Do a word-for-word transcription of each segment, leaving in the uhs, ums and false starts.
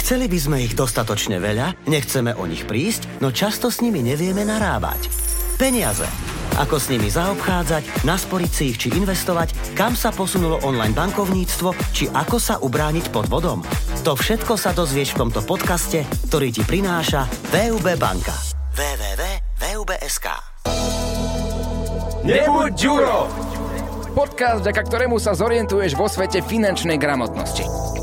Chceli by sme ich dostatočne veľa, nechceme o nich prísť, no často s nimi nevieme narábať. Peniaze. Ako s nimi zaobchádzať, nasporiť si ich či investovať, kam sa posunulo online bankovníctvo, či ako sa ubrániť podvodom. To všetko sa dozvieš v tomto podcaste, ktorý ti prináša vé ú bé banka. w w w bodka v u b bodka es ká Nebuď Ďuro! Podcast, vďaka ktorému sa zorientuješ vo svete finančnej gramotnosti.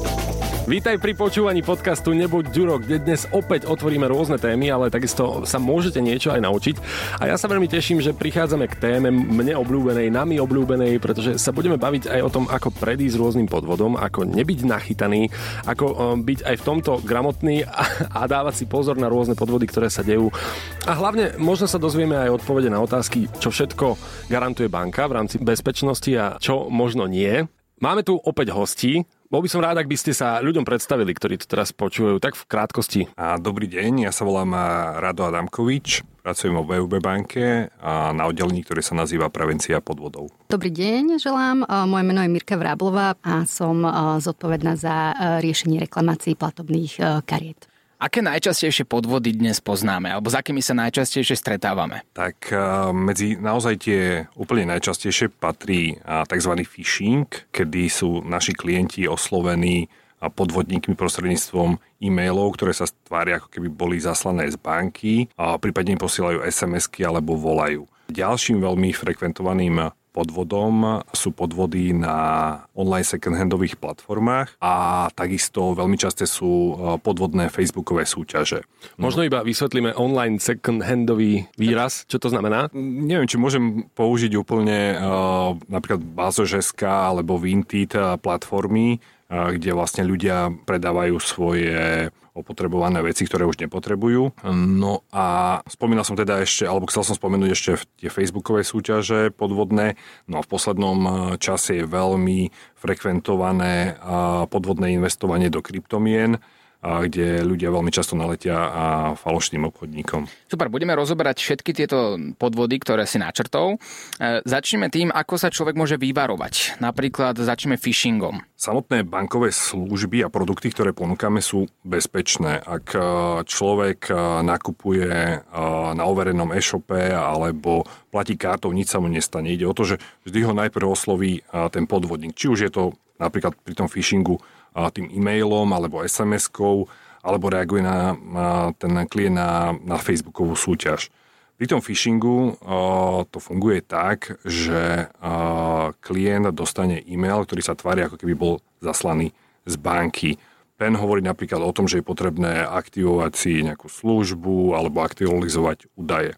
Vítaj pri počúvaní podcastu Nebuď Ďuro, kde dnes opäť otvoríme rôzne témy, ale takisto sa môžete niečo aj naučiť. A ja sa veľmi teším, že prichádzame k téme mne obľúbenej, nami obľúbenej, pretože sa budeme baviť aj o tom, ako predísť rôznym podvodom, ako nebyť nachytaný, ako byť aj v tomto gramotný a dávať si pozor na rôzne podvody, ktoré sa dejú. A hlavne možno sa dozvieme aj odpovede na otázky, čo všetko garantuje banka v rámci bezpečnosti a čo možno nie. Máme tu opäť hostí. Bol by som rád, ak by ste sa ľuďom predstavili, ktorí to teraz počúvajú, tak v krátkosti. A dobrý deň, ja sa volám Rado Adamkovič, pracujem vo vé ú bé banke a na oddelení, ktoré sa nazýva Prevencia podvodov. Dobrý deň, želám. Moje meno je Mirka Vráblová a som zodpovedná za riešenie reklamácií platobných kariet. Aké najčastejšie podvody dnes poznáme, alebo s akými sa najčastejšie stretávame? Tak medzi naozaj tie úplne najčastejšie patrí tzv. Phishing, kedy sú naši klienti oslovení podvodníkmi prostredníctvom e-mailov, ktoré sa tvária, ako keby boli zaslané z banky, a prípadne im posielajú es em esky alebo volajú. Ďalším veľmi frekventovaným podvodom sú podvody na online second-handových platformách a takisto veľmi časté sú podvodné facebookové súťaže. Možno iba vysvetlíme online second-handový výraz, čo to znamená? Neviem, či môžem použiť úplne uh, napríklad Bazožeska alebo Vinted platformy, uh, kde vlastne ľudia predávajú svoje opotrebované veci, ktoré už nepotrebujú. No a spomínal som teda ešte, alebo chcel som spomenúť ešte tie facebookové súťaže podvodné. No a v poslednom čase je veľmi frekventované podvodné investovanie do kryptomien, kde ľudia veľmi často naletia falošným obchodníkom. Super, budeme rozoberať všetky tieto podvody, ktoré si načrtol. Začneme tým, ako sa človek môže vyvarovať. Napríklad začneme phishingom. Samotné bankové služby a produkty, ktoré ponúkame, sú bezpečné. Ak človek nakupuje na overenom e-shope alebo platí kartou, nič sa mu nestane. Ide o to, že vždy ho najprv osloví ten podvodník. Či už je to napríklad pri tom phishingu tým e-mailom alebo es em eskou, alebo reaguje na, na ten klient na, na facebookovú súťaž. Pri tom phishingu uh, to funguje tak, že uh, klient dostane e-mail, ktorý sa tvári, ako keby bol zaslaný z banky. Pen hovorí napríklad o tom, že je potrebné aktivovať si nejakú službu alebo aktualizovať údaje.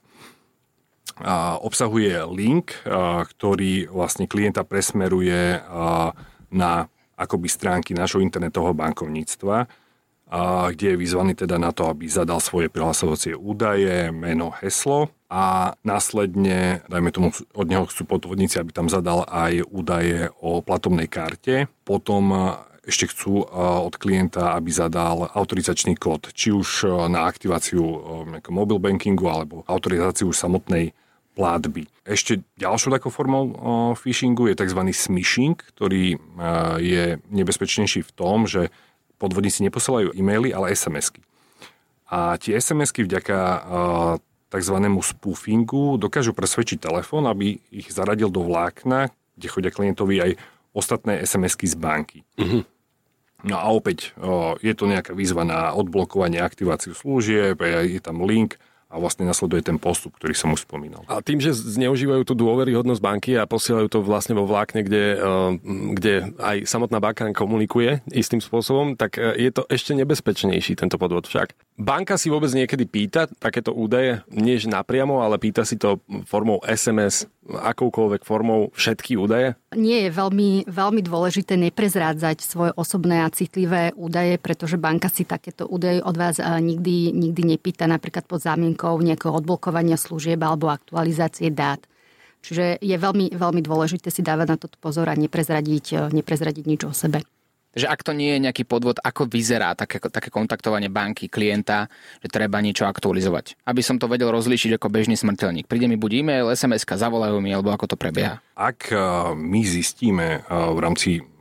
Uh, obsahuje link, uh, ktorý vlastne klienta presmeruje uh, na akoby stránky nášho internetového bankovníctva, a kde je vyzvaný teda na to, aby zadal svoje prihlasovacie údaje, meno, heslo a následne, dajme tomu, od neho chcú podvodníci, aby tam zadal aj údaje o platobnej karte. Potom ešte chcú od klienta, aby zadal autorizačný kód, či už na aktiváciu nejakého mobile bankingu alebo autorizáciu už samotnej platby. Ešte ďalšou takou formou o, phishingu je tzv. Smishing, ktorý o, je nebezpečnejší v tom, že podvodníci neposielajú e-maily, ale es em esky. A tie es em esky vďaka o, tzv. Spoofingu dokážu presvedčiť telefón, aby ich zaradil do vlákna, kde chodia klientovi aj ostatné es em esky z banky. Mm-hmm. No a opäť o, je to nejaká výzva na odblokovanie, aktiváciu služieb, je tam link, a vlastne nasleduje ten postup, ktorý som už spomínal. A tým, že zneužívajú tú dôveryhodnosť banky a posielajú to vlastne vo vlákne, kde, kde aj samotná banka komunikuje istým spôsobom, tak je to ešte nebezpečnejší tento podvod však. Banka si vôbec niekedy pýta takéto údaje, nie napriamo, ale pýta si to formou es em es, akoukoľvek formou všetky údaje? Nie je veľmi, veľmi dôležité neprezrádzať svoje osobné a citlivé údaje, pretože banka si takéto údaje od vás nikdy, nikdy nepýta, napríklad pod zámienkou nejakého odblokovania služieb alebo aktualizácie dát. Čiže je veľmi, veľmi dôležité si dávať na toto pozor a neprezradiť, neprezradiť nič o sebe. Že ak to nie je nejaký podvod, ako vyzerá také, také kontaktovanie banky, klienta, že treba niečo aktualizovať. Aby som to vedel rozlíšiť ako bežný smrteľník. Príde mi buď e-mail, es em eska, zavolajú mi, alebo ako to prebieha. Ak my zistíme v rámci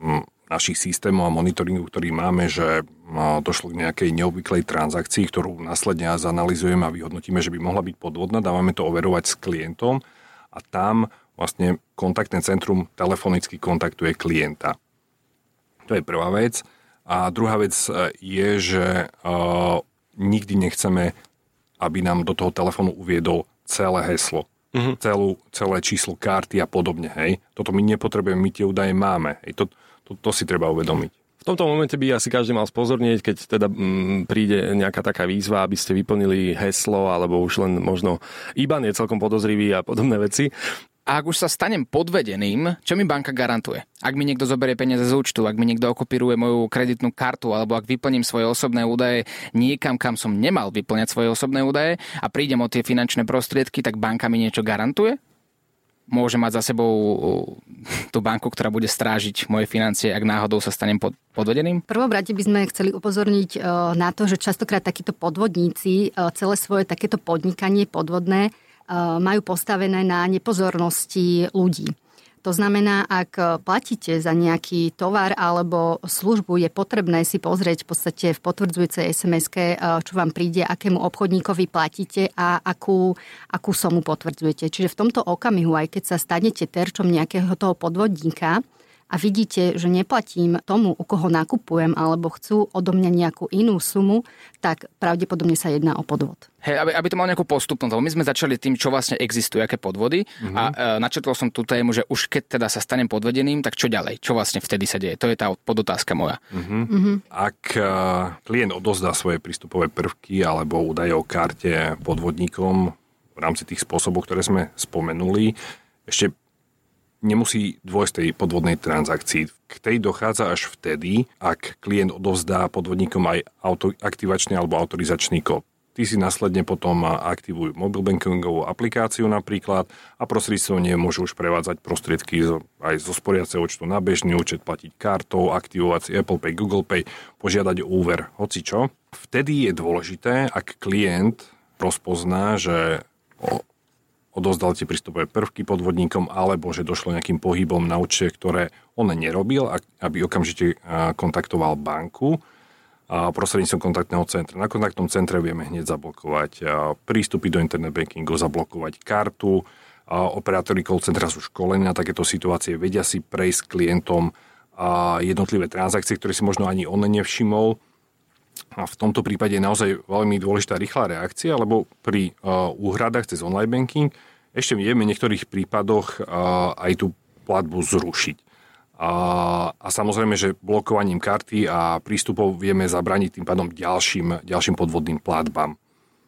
našich systémov a monitoringu, ktorý máme, že došlo k nejakej neobvyklej transakcii, ktorú následne zanalizujeme a vyhodnotíme, že by mohla byť podvodná, dávame to overovať s klientom a tam vlastne kontaktné centrum telefonicky kontaktuje klienta. To je prvá vec. A druhá vec je, že uh, nikdy nechceme, aby nám do toho telefónu uviedol celé heslo. Uh-huh. Celú, celé číslo karty a podobne. Hej. Toto my nepotrebujeme, my tie údaje máme. Hej. To, to, to si treba uvedomiť. V tomto momente by asi každý mal spozornieť, keď teda mm, príde nejaká taká výzva, aby ste vyplnili heslo, alebo už len možno í ban je celkom podozrivý a podobné veci. A ak už sa stanem podvedeným, čo mi banka garantuje? Ak mi niekto zoberie peniaze z účtu, ak mi niekto okopíruje moju kreditnú kartu, alebo ak vyplním svoje osobné údaje niekam, kam som nemal vyplňať svoje osobné údaje a prídem o tie finančné prostriedky, tak banka mi niečo garantuje? Môže mať za sebou tú banku, ktorá bude strážiť moje financie, ak náhodou sa stanem pod, podvedeným? V prvom rade by sme chceli upozorniť na to, že častokrát takíto podvodníci celé svoje takéto podnikanie podvodné majú postavené na nepozornosti ľudí. To znamená, ak platíte za nejaký tovar alebo službu, je potrebné si pozrieť v podstate v potvrdzujúcej es em eske, čo vám príde, akému obchodníkovi platíte a akú, akú sumu potvrdzujete. Čiže v tomto okamihu, aj keď sa stanete terčom nejakého toho podvodníka a vidíte, že neplatím tomu, u koho nakupujem, alebo chcú odo mňa nejakú inú sumu, tak pravdepodobne sa jedná o podvod. Hej, aby, aby to mal nejakú postupnosť. My sme začali tým, čo vlastne existuje, aké podvody mm-hmm. a e, načetol som tú tému, že už keď teda sa stanem podvedeným, tak čo ďalej? Čo vlastne vtedy sa deje? To je tá podotázka moja. Mm-hmm. Mm-hmm. Ak uh, klient odozdá svoje prístupové prvky alebo údaje o karte podvodníkom v rámci tých spôsobov, ktoré sme spomenuli, ešte nemusí dôjsť tej podvodnej transakcii. K tej dochádza až vtedy, ak klient odovzdá podvodníkom aj auto, aktivačný alebo autorizačný kód. Tí si následne potom aktivujú mobile bankingovú aplikáciu napríklad a prostredníctvom nej môžu už prevádzať prostriedky aj zo sporiaceho účtu na bežný účet, platiť kartou, aktivovať si Apple Pay, Google Pay, požiadať o úver, hocičo. Vtedy je dôležité, ak klient rozpozná, že odozdal tie prístupové prvky podvodníkom alebo že došlo nejakým pohybom na účte, ktoré on nerobil, aby okamžite kontaktoval banku a prostredníctvom kontaktného centra. Na kontaktnom centre vieme hneď zablokovať prístupy do internet bankingu, zablokovať kartu. Operátori call centra sú školení na takéto situácie, vedia si prejsť klientom jednotlivé transakcie, ktoré si možno ani on nevšimol. A v tomto prípade je naozaj veľmi dôležitá rýchla reakcia, lebo pri uh, úhradách cez online banking ešte vieme v niektorých prípadoch uh, aj tú platbu zrušiť. Uh, a samozrejme, že blokovaním karty a prístupov vieme zabrániť tým pádom ďalším, ďalším podvodným platbám.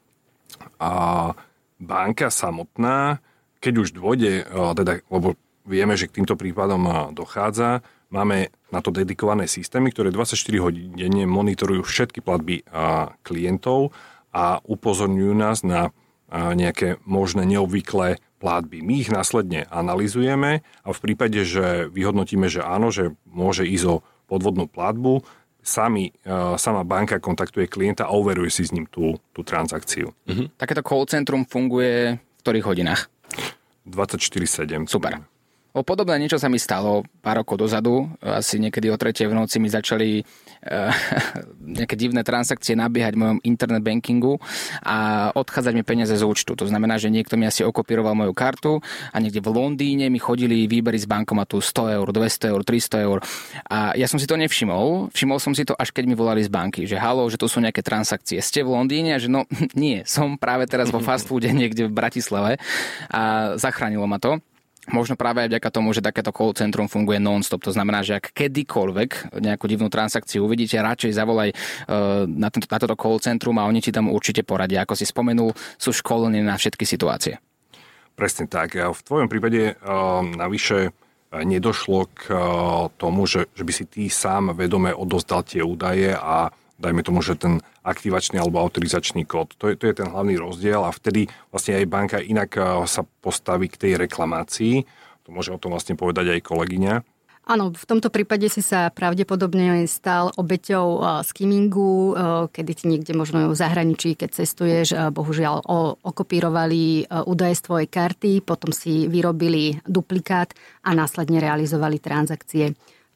A banka samotná, keď už dôjde, uh, teda, lebo vieme, že k týmto prípadom uh, dochádza, máme na to dedikované systémy, ktoré dvadsaťštyri hodín denne monitorujú všetky platby klientov a upozorňujú nás na nejaké možné neobvyklé platby. My ich následne analyzujeme a v prípade, že vyhodnotíme, že áno, že môže ísť o podvodnú platbu, sami, sama banka kontaktuje klienta a overuje si s ním tú, tú transakciu. Mhm. Takéto call centrum funguje v ktorých hodinách? dvadsaťštyri sedem. Super. O podobné niečo sa mi stalo pár rokov dozadu. Asi niekedy o tretej v noci mi začali uh, nejaké divné transakcie nabiehať v mojom internet bankingu a odchádzať mi peniaze z účtu. To znamená, že niekto mi asi okopíroval moju kartu a niekde v Londýne mi chodili výbery z bankomatu sto eur, dvesto eur, tristo eur. A ja som si to nevšimol. Všimol som si to, až keď mi volali z banky, že halo, že tu sú nejaké transakcie. Ste v Londýne? A že no nie, som práve teraz vo fast foode niekde v Bratislave a zachránilo ma to. Možno práve aj vďaka tomu, že takéto call centrum funguje non-stop. To znamená, že ak kedykoľvek nejakú divnú transakciu uvidíte, radšej zavolaj na, tento, na toto call centrum a oni ti tam určite poradia. Ako si spomenul, sú školení na všetky situácie. Presne tak. V tvojom prípade navyše nedošlo k tomu, že, že by si ty sám vedome odozdal tie údaje a dajme tomu, že ten aktivačný alebo autorizačný kód. To je, to je ten hlavný rozdiel a vtedy vlastne aj banka inak sa postaví k tej reklamácii. To môže o tom vlastne povedať aj kolegyňa. Áno, v tomto prípade si sa pravdepodobne stal obeťou skimmingu, kedy ti niekde možno v zahraničí, keď cestuješ, bohužiaľ okopírovali údaje z tvojej karty, potom si vyrobili duplikát a následne realizovali transakcie.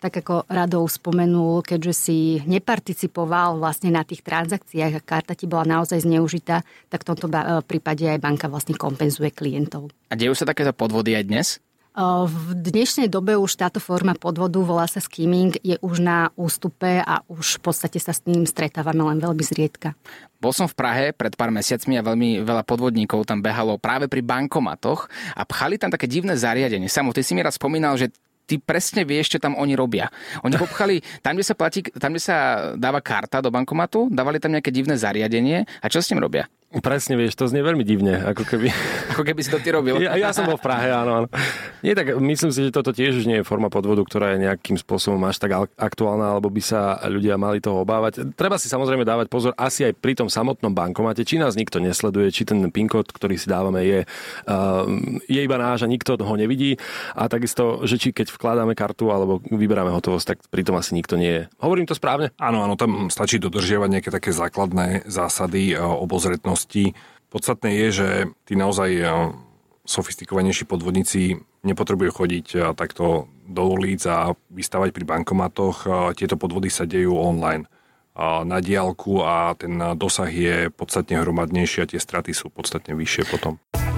Tak ako Radov spomenul, keďže si neparticipoval vlastne na tých transakciách a karta ti bola naozaj zneužitá, tak v tomto prípade aj banka vlastne kompenzuje klientov. A dejú sa takéto podvody aj dnes? V dnešnej dobe už táto forma podvodu, volá sa skimming, je už na ústupe a už v podstate sa s ním stretávame len veľmi zriedka. Bol som v Prahe pred pár mesiacmi a veľmi veľa podvodníkov tam behalo práve pri bankomatoch a pchali tam také divné zariadenie. Samo, ty si mi raz spomínal, že ty presne vieš, čo tam oni robia. Oni popchali, tam, kde sa platí, tam, kde sa dáva karta do bankomatu, dávali tam nejaké divné zariadenie a čo s tým robia? Presne, vieš, to znie veľmi divne, ako keby... Ako keby si to ty robil. Ja, ja som bol v Prahe, áno, áno. Nie, tak myslím si, že toto tiež už nie je forma podvodu, ktorá je nejakým spôsobom až tak aktuálna, alebo by sa ľudia mali toho obávať. Treba si samozrejme dávať pozor asi aj pri tom samotnom bankomate, či nás nikto nesleduje, či ten PIN kód, ktorý si dávame, je, uh, je iba náš a nikto ho nevidí. A takisto, že či keď vkladáme kartu alebo vyberáme hotovosť, tak pri tom asi nikto nie je. Hovorím to správne? Áno, áno, tam stačí dodržiavať nejaké také základné zásady obozretnosti. Podstatné je, že tí naozaj sofistikovanejší podvodníci nepotrebujú chodiť takto do ulic a vystávať pri bankomatoch. Tieto podvody sa dejú online na diaľku a ten dosah je podstatne hromadnejší a tie straty sú podstatne vyššie potom.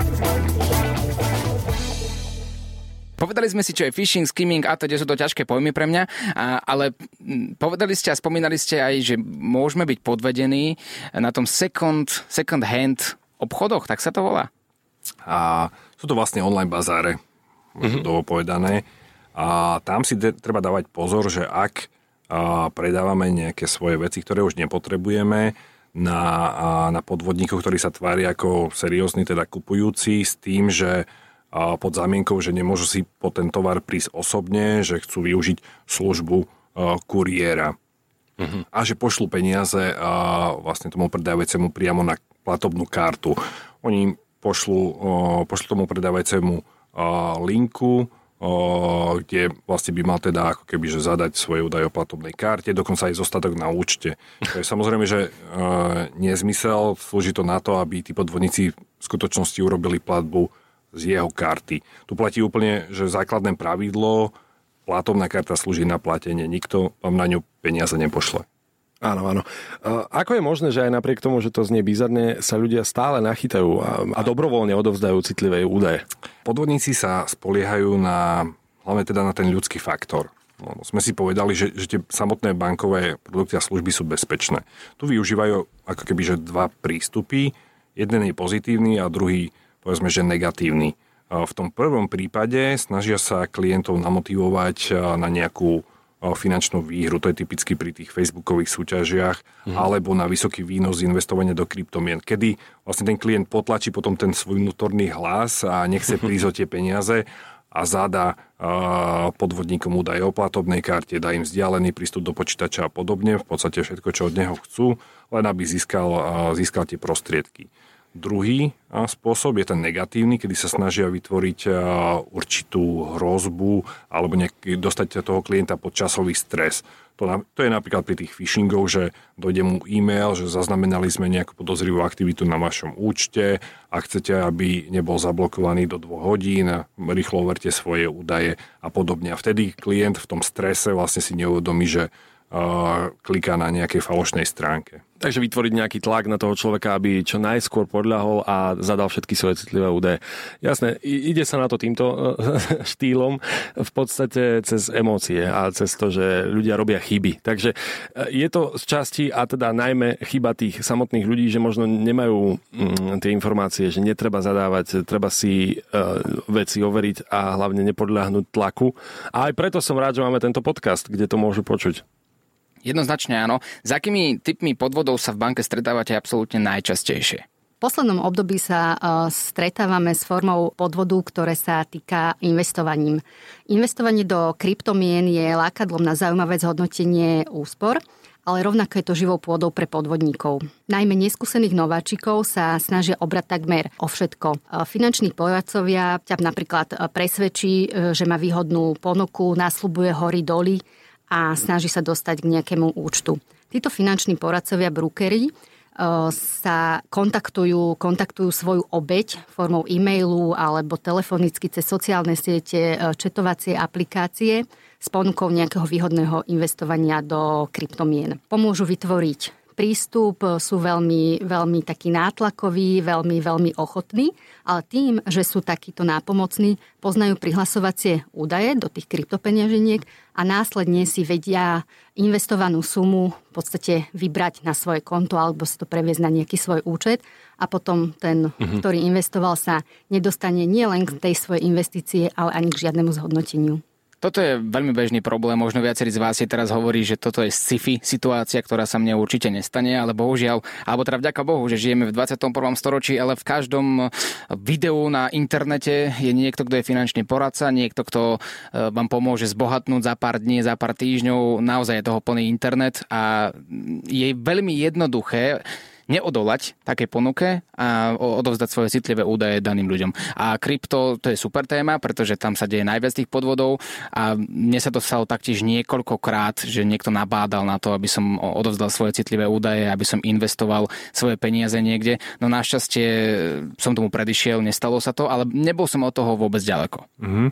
Povedali sme si, čo je phishing, skimming a teda sú to ťažké pojmy pre mňa, a, ale povedali ste a spomínali ste aj, že môžeme byť podvedení na tom second, second hand obchodoch, tak sa to volá? A sú to vlastne online bazáre, mm-hmm. to povedané. A tam si de- treba dávať pozor, že ak a, predávame nejaké svoje veci, ktoré už nepotrebujeme, na, a, na podvodníkov, ktorí sa tvária ako seriózni, teda kupujúci, s tým, že a pod zámienkou, že nemôžu si po ten tovar prísť osobne, že chcú využiť službu uh, kuriéra. Uh-huh. A že pošlú peniaze uh, vlastne tomu predávajúcemu priamo na platobnú kartu. Oni pošlú, uh, pošlú tomu predávajúcemu uh, linku, uh, kde vlastne by mal teda ako keby že zadať svoje údaje o platobnej karte, dokonca aj zostatok na účte. To je samozrejme, že uh, nezmysel, slúži to na to, aby tí podvodníci v skutočnosti urobili platbu z jeho karty. Tu platí úplne, že základné pravidlo, platobná karta slúži na platenie, nikto vám na ňu peniaze nepošle. Áno, áno. Ako je možné, že aj napriek tomu, že to znie bizarne, sa ľudia stále nachytajú a, a dobrovoľne odovzdajú citlivé údaje? Podvodníci sa spoliehajú na, hlavne teda na ten ľudský faktor. No, sme si povedali, že, že tie samotné bankové produkty a služby sú bezpečné. Tu využívajú ako keby že dva prístupy. Jeden je pozitívny a druhý povedzme, že negatívny. V tom prvom prípade snažia sa klientov namotivovať na nejakú finančnú výhru. To je typicky pri tých facebookových súťažiach mm. alebo na vysoký výnos investovania do kryptomien, kedy vlastne ten klient potlačí potom ten svoj vnútorný hlas a nechce prísť o tie peniaze a zadá podvodníkom údaje o platobnej karte, dá im vzdialený prístup do počítača a podobne, v podstate všetko, čo od neho chcú, len aby získal, získal tie prostriedky. Druhý spôsob je ten negatívny, kedy sa snažia vytvoriť určitú hrozbu alebo nejak dostať toho klienta pod časový stres. To, na, to je napríklad pri tých phishingov, že dojde mu e-mail, že zaznamenali sme nejakú podozrivú aktivitu na vašom účte a chcete, aby nebol zablokovaný do dvoch hodín, rýchlo overte svoje údaje a podobne. A vtedy klient v tom strese vlastne si neuvedomí, že uh, kliká na nejakej falošnej stránke. Takže vytvoriť nejaký tlak na toho človeka, aby čo najskôr podľahol a zadal všetky svoje citlivé údaje. Jasné, ide sa na to týmto štýlom v podstate cez emócie a cez to, že ľudia robia chyby. Takže je to z časti a teda najmä chyba tých samotných ľudí, že možno nemajú mm, tie informácie, že netreba zadávať, treba si uh, veci overiť a hlavne nepodľahnúť tlaku. A aj preto som rád, že máme tento podcast, kde to môžu počuť. Jednoznačne áno. S akými typmi podvodov sa v banke stretávate absolútne najčastejšie? V poslednom období sa uh, stretávame s formou podvodu, ktoré sa týka investovaním. Investovanie do kryptomien je lákadlom na zaujímavé zhodnotenie úspor, ale rovnako je to živou pôdou pre podvodníkov. Najmä neskúsených nováčikov sa snažia obrať takmer o všetko. Finanční poradcovia ťa napríklad presvedčí, že má výhodnú ponuku, nasľubuje hory doly a snaží sa dostať k nejakému účtu. Títo finanční poradcovia, brokeri, sa kontaktujú, kontaktujú svoju obeť formou e-mailu alebo telefonicky cez sociálne siete, četovacie aplikácie s ponukou nejakého výhodného investovania do kryptomien. Pomôžu vytvoriť prístup, sú veľmi, veľmi takí nátlakoví, veľmi, veľmi ochotní, ale tým, že sú takíto nápomocní, poznajú prihlasovacie údaje do tých kryptopeňaženiek a následne si vedia investovanú sumu v podstate vybrať na svoje konto alebo si to previesť na nejaký svoj účet a potom ten, mm-hmm. ktorý investoval, sa nedostane nielen k tej svojej investície, ale ani k žiadnemu zhodnoteniu. Toto je veľmi bežný problém, možno viacerí z vás si teraz hovorí, že toto je sci-fi situácia, ktorá sa mne určite nestane, ale bohužiaľ, alebo teda vďaka Bohu, že žijeme v dvadsiatom prvom storočí, ale v každom videu na internete je niekto, kto je finančný poradca, niekto, kto vám pomôže zbohatnúť za pár dní, za pár týždňov, naozaj je toho plný internet a je veľmi jednoduché neodolať takej ponuke a odovzdať svoje citlivé údaje daným ľuďom. A krypto, to je super téma, pretože tam sa deje najviac tých podvodov a mne sa to stalo taktiež niekoľkokrát, že niekto nabádal na to, aby som odovzdal svoje citlivé údaje, aby som investoval svoje peniaze niekde. No našťastie som tomu predišiel, nestalo sa to, ale nebol som od toho vôbec ďaleko. Mm-hmm.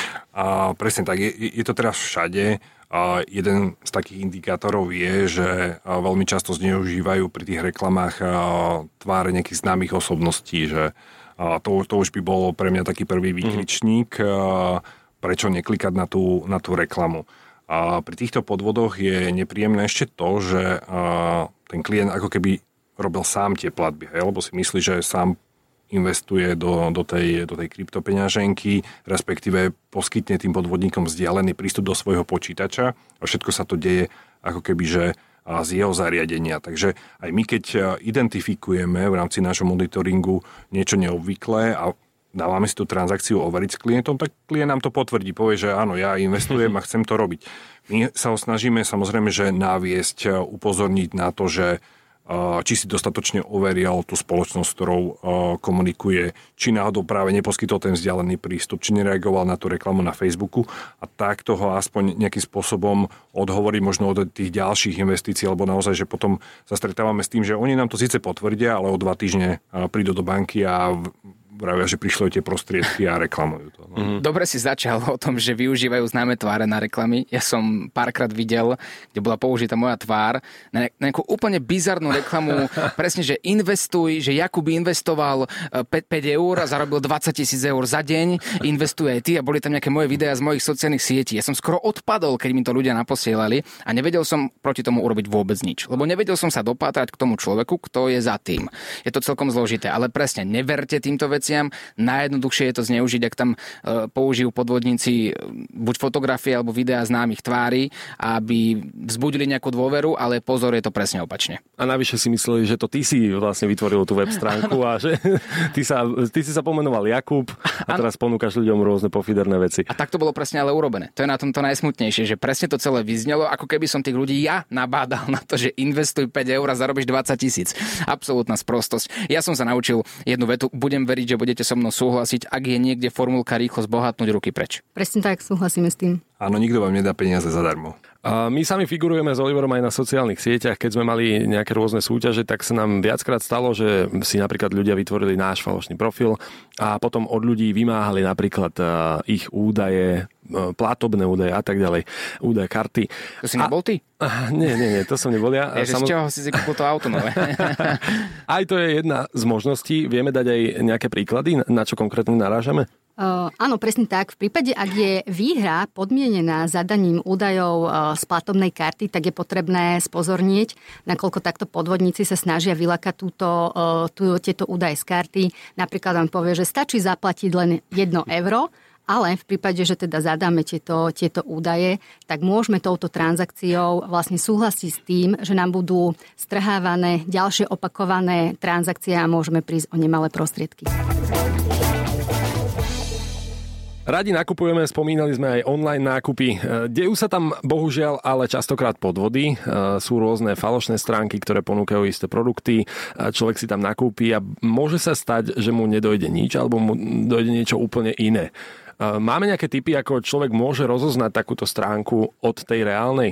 A presne tak, je, je to teraz všade. A jeden z takých indikátorov je, že veľmi často zneužívajú pri tých reklamách tváre nejakých známych osobností, že to, to už by bolo pre mňa taký prvý výkričník, prečo neklikať na tú, na tú reklamu. A pri týchto podvodoch je nepríjemné ešte to, že ten klient ako keby robil sám tie platby, hej, lebo si myslí, že sám investuje do, do, tej, do tej kryptopeňaženky, respektíve poskytne tým podvodníkom vzdialený prístup do svojho počítača a všetko sa to deje ako keby, že z jeho zariadenia. Takže aj my, keď identifikujeme v rámci nášho monitoringu niečo neobvyklé a dávame si tú transakciu overiť s klientom, tak klient nám to potvrdí, povie, že áno, ja investujem a chcem to robiť. My sa ho snažíme samozrejme, že naviesť, upozorniť na to, že či si dostatočne overil tú spoločnosť, s ktorou komunikuje, či náhodou práve neposkytol ten vzdialený prístup, či nereagoval na tú reklamu na Facebooku a takto ho aspoň nejakým spôsobom odhovorí možno od tých ďalších investícií, alebo naozaj, že potom sa stretávame s tým, že oni nám to síce potvrdia, ale o dva týždne prídu do banky a vravia, že prišli tie prostriedky a reklamujú to. No. Mm. Dobre si začal o tom, že využívajú známe tváre na reklamy. Ja som párkrát videl, kde bola použitá moja tvár na nejakú úplne bizarnú reklamu. Presne, že investuj, že Jakub investoval päť eur a zarobil dvadsať tisíc eur za deň. Investuje aj ty a boli tam nejaké moje videá z mojich sociálnych sietí. Ja som skoro odpadol, keď mi to ľudia naposielali a nevedel som proti tomu urobiť vôbec nič. Lebo nevedel som sa dopátrať k tomu človeku, kto je za tým. Je to celkom zložité, ale presne neverte týmto veciam. Najjednoduchšie je to zneužiť, ak tam e, použijú podvodníci buď fotografie alebo videá známych tvári, aby vzbudili nejakú dôveru, ale pozor, je to presne opačne. A navyše si mysleli, že to ty si vlastne vytvoril tú web stránku a že ty, sa, ty si sa pomenoval Jakub a teraz ponúkaš ľuďom rôzne pofiderné veci. A tak to bolo presne ale urobené. To je na tom to najsmutnejšie, že presne to celé vyznelo, ako keby som tých ľudí ja nabádal na to, že investuj päť eur a zarobíš dvadsať tisíc. Absolútna sprostosť. Ja som sa naučil jednu vetu, budem veriť, že budete so mnou súhlasiť, ak je niekde formulka rýchlo zbohatnúť, ruky preč. Presne tak, súhlasíme s tým. Áno, nikto vám nedá peniaze zadarmo. A my sami figurujeme s Oliverom aj na sociálnych sieťach. Keď sme mali nejaké rôzne súťaže, tak sa nám viackrát stalo, že si napríklad ľudia vytvorili náš falošný profil a potom od ľudí vymáhali napríklad ich údaje, platobné údaje a tak ďalej, údaje karty. To si nebol ty? A, nie, nie, nie, to som nebol ja. Ježiš, Samo... z čoho si si kúpil to auto nové? Aj to je jedna z možností. Vieme dať aj nejaké príklady, na čo konkrétne narážame? Uh, áno, presne tak. V prípade, ak je výhra podmienená zadaním údajov uh, z platobnej karty, tak je potrebné spozornieť, nakoľko takto podvodníci sa snažia vylakať túto, uh, tú, tieto údaje z karty. Napríklad vám povie, že stačí zaplatiť len jedno euro, ale v prípade, že teda zadáme tieto, tieto údaje, tak môžeme touto transakciou vlastne súhlasiť s tým, že nám budú strhávané ďalšie opakované transakcie a môžeme prísť o nemalé prostriedky. Radi nakupujeme, spomínali sme aj online nákupy. Dejú sa tam bohužiaľ ale častokrát podvody. Sú rôzne falošné stránky, ktoré ponúkajú isté produkty. Človek si tam nakúpi a môže sa stať, že mu nedojde nič alebo mu dojde niečo úplne iné. Máme nejaké tipy, ako človek môže rozoznať takúto stránku od tej reálnej?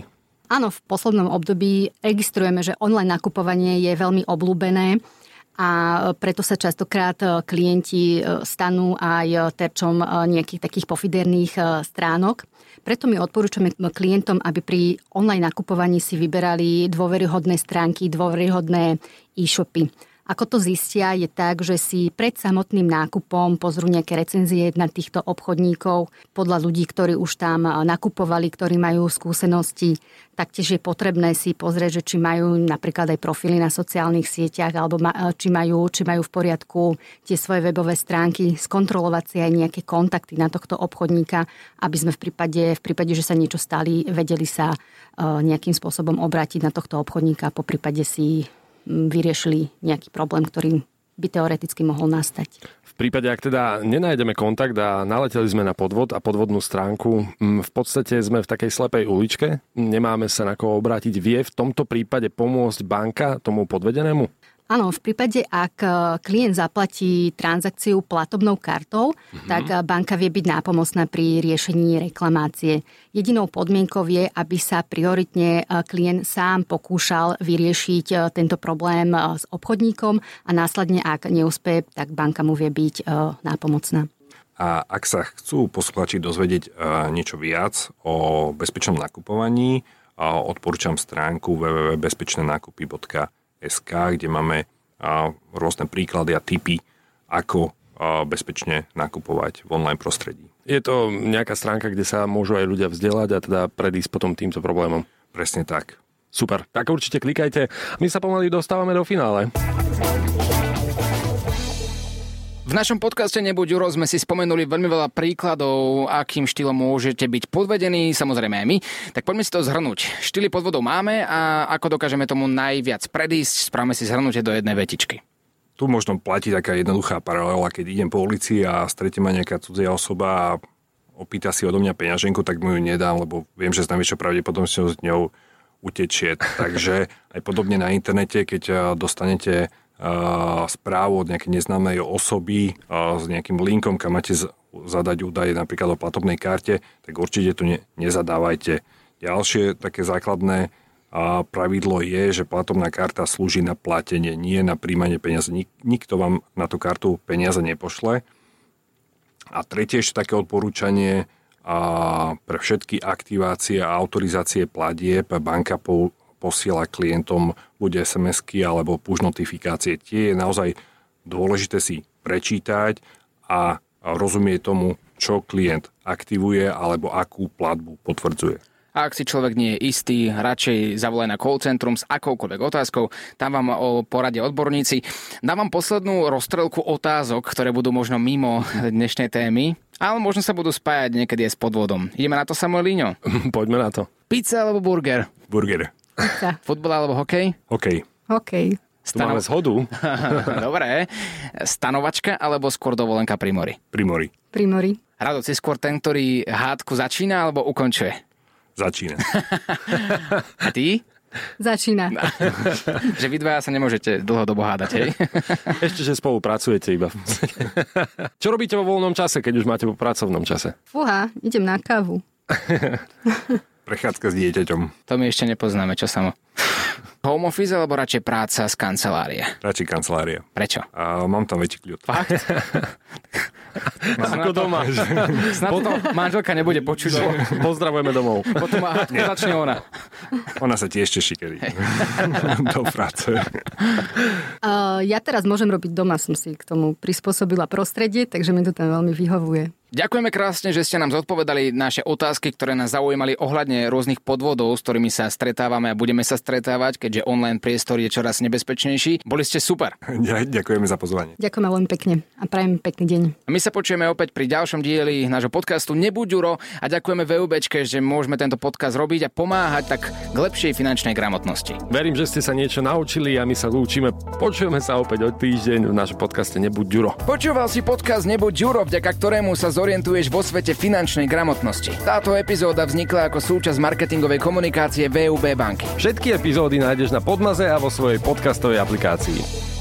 Áno, v poslednom období registrujeme, že online nakupovanie je veľmi obľúbené a preto sa častokrát klienti stanú aj terčom nejakých takých pofiderných stránok. Preto my odporúčame klientom, aby pri online nakupovaní si vyberali dôveryhodné stránky, dôveryhodné e-shopy. Ako to zistia, je tak, že si pred samotným nákupom pozrú nejaké recenzie na týchto obchodníkov podľa ľudí, ktorí už tam nakupovali, ktorí majú skúsenosti. Taktiež je potrebné si pozrieť, že či majú napríklad aj profily na sociálnych sieťach alebo či majú, či majú v poriadku tie svoje webové stránky, skontrolovať si aj nejaké kontakty na tohto obchodníka, aby sme v prípade, v prípade, že sa niečo stali, vedeli sa nejakým spôsobom obrátiť na tohto obchodníka, po prípade si vyriešili nejaký problém, ktorý by teoreticky mohol nastať. V prípade, ak teda nenájdeme kontakt a naleteli sme na podvod a podvodnú stránku, v podstate sme v takej slepej uličke, nemáme sa na koho obrátiť. Vie v tomto prípade pomôcť banka tomu podvedenému? Áno, v prípade, ak klient zaplatí transakciu platobnou kartou, mm-hmm. tak banka vie byť nápomocná pri riešení reklamácie. Jedinou podmienkou je, aby sa prioritne klient sám pokúšal vyriešiť tento problém s obchodníkom a následne, ak neúspeje, tak banka mu vie byť nápomocná. A ak sa chcú poslucháči dozvedieť niečo viac o bezpečnom nakupovaní, odporúčam stránku w w w bodka bezpečné nákupy bodka es ká, kde máme rôzne príklady a tipy, ako bezpečne nakupovať v online prostredí. Je to nejaká stránka, kde sa môžu aj ľudia vzdelať a teda predísť potom týmto problémom? Presne tak. Super, tak určite klikajte. My sa pomaly dostávame do finále. V našom podcaste Nebuď Juro sme si spomenuli veľmi veľa príkladov, akým štýlom môžete byť podvedení, samozrejme aj my. Tak poďme si to zhrnúť. Štýly podvodov máme a ako dokážeme tomu najviac predísť, správame si zhrnutie do jednej vetičky. Tu možno platí taká jednoduchá paralela, keď idem po ulici a stretne ma nejaká cudzia osoba a opýta si odo mňa peňaženku, tak mu ju nedám, lebo viem, že s najväčšou pravdepodobnosťou s ňou utečie. Takže aj podobne na internete, keď dostanete správu od nejakej neznámej osoby s nejakým linkom, kam máte zadať údaje napríklad o platobnej karte, tak určite to ne, nezadávajte. Ďalšie také základné pravidlo je, že platobná karta slúži na platenie, nie na príjmanie peniaze. Nik, nikto vám na tú kartu peniaze nepošle. A tretie ešte také odporúčanie pre všetky aktivácie a autorizácie platieb banka po posiela klientom buď es em esky alebo push notifikácie. Tie je naozaj dôležité si prečítať a rozumieť tomu, čo klient aktivuje alebo akú platbu potvrdzuje. A ak si človek nie je istý, radšej zavolaj na call centrum s akoukoľvek otázkou. Tam vám o porade odborníci. Dávam poslednú rozstrelku otázok, ktoré budú možno mimo dnešnej témy, ale možno sa budú spájať niekedy aj s podvodom. Ideme na to, Samuel Líňo? Poďme na to. Pizza alebo burger? Burger. Pizza. Futbal alebo hokej? Hokej. Hokej. Tu máme zhodu. Dobre. Stanovačka alebo skôr dovolenka pri mori? Pri mori. Pri mori. Rado, si skôr ten, ktorý hádku začína alebo ukončuje? Začína. A ty? Začína. Že vy dvaja sa nemôžete dlhodobo hádať, hej? Ešte, že spolupracujete iba. Čo robíte vo voľnom čase, keď už máte po pracovnom čase? Fúha, idem na kávu. Prechádzka s dieťaťom. To my ešte nepoznáme, čo samo. Home office alebo radšej práca z kancelárie? Radšej kancelária. Prečo? A mám tam väčší kľud. Fakt? Ako doma. Snad potom manželka nebude počuť. Pozdravujeme domov. Potom má hádku, začne ona. Ona sa tiež teší, kedy do práce. Uh, ja teraz môžem robiť doma, som si k tomu prispôsobila prostredie, takže mi to tam veľmi vyhovuje. Ďakujeme krásne, že ste nám zodpovedali naše otázky, ktoré nás zaujímali ohľadne rôznych podvodov, s ktorými sa stretávame a budeme sa stretávať, keďže online priestor je čoraz nebezpečnejší. Boli ste super. Ďakujeme za pozvanie. Ďakujeme veľmi pekne a prajem pekný deň. A my sa počujeme opäť pri ďalšom dieli nášho podcastu Nebuď Juro a ďakujeme VUBčke, že môžeme tento podcast robiť a pomáhať tak k lepšej finančnej gramotnosti. Verím, že ste sa niečo naučili a my sa lúčime. Počujeme sa opäť o týždeň v našom podcaste Nebuď Juro. Počúval si podcast Nebuď Juro, vďaka ktorému sa zorientuješ vo svete finančnej gramotnosti. Táto epizóda vznikla ako súčasť marketingovej komunikácie vé ú bé banky. Všetky epizódy nájdeš na Podmaze a vo svojej podcastovej aplikácii.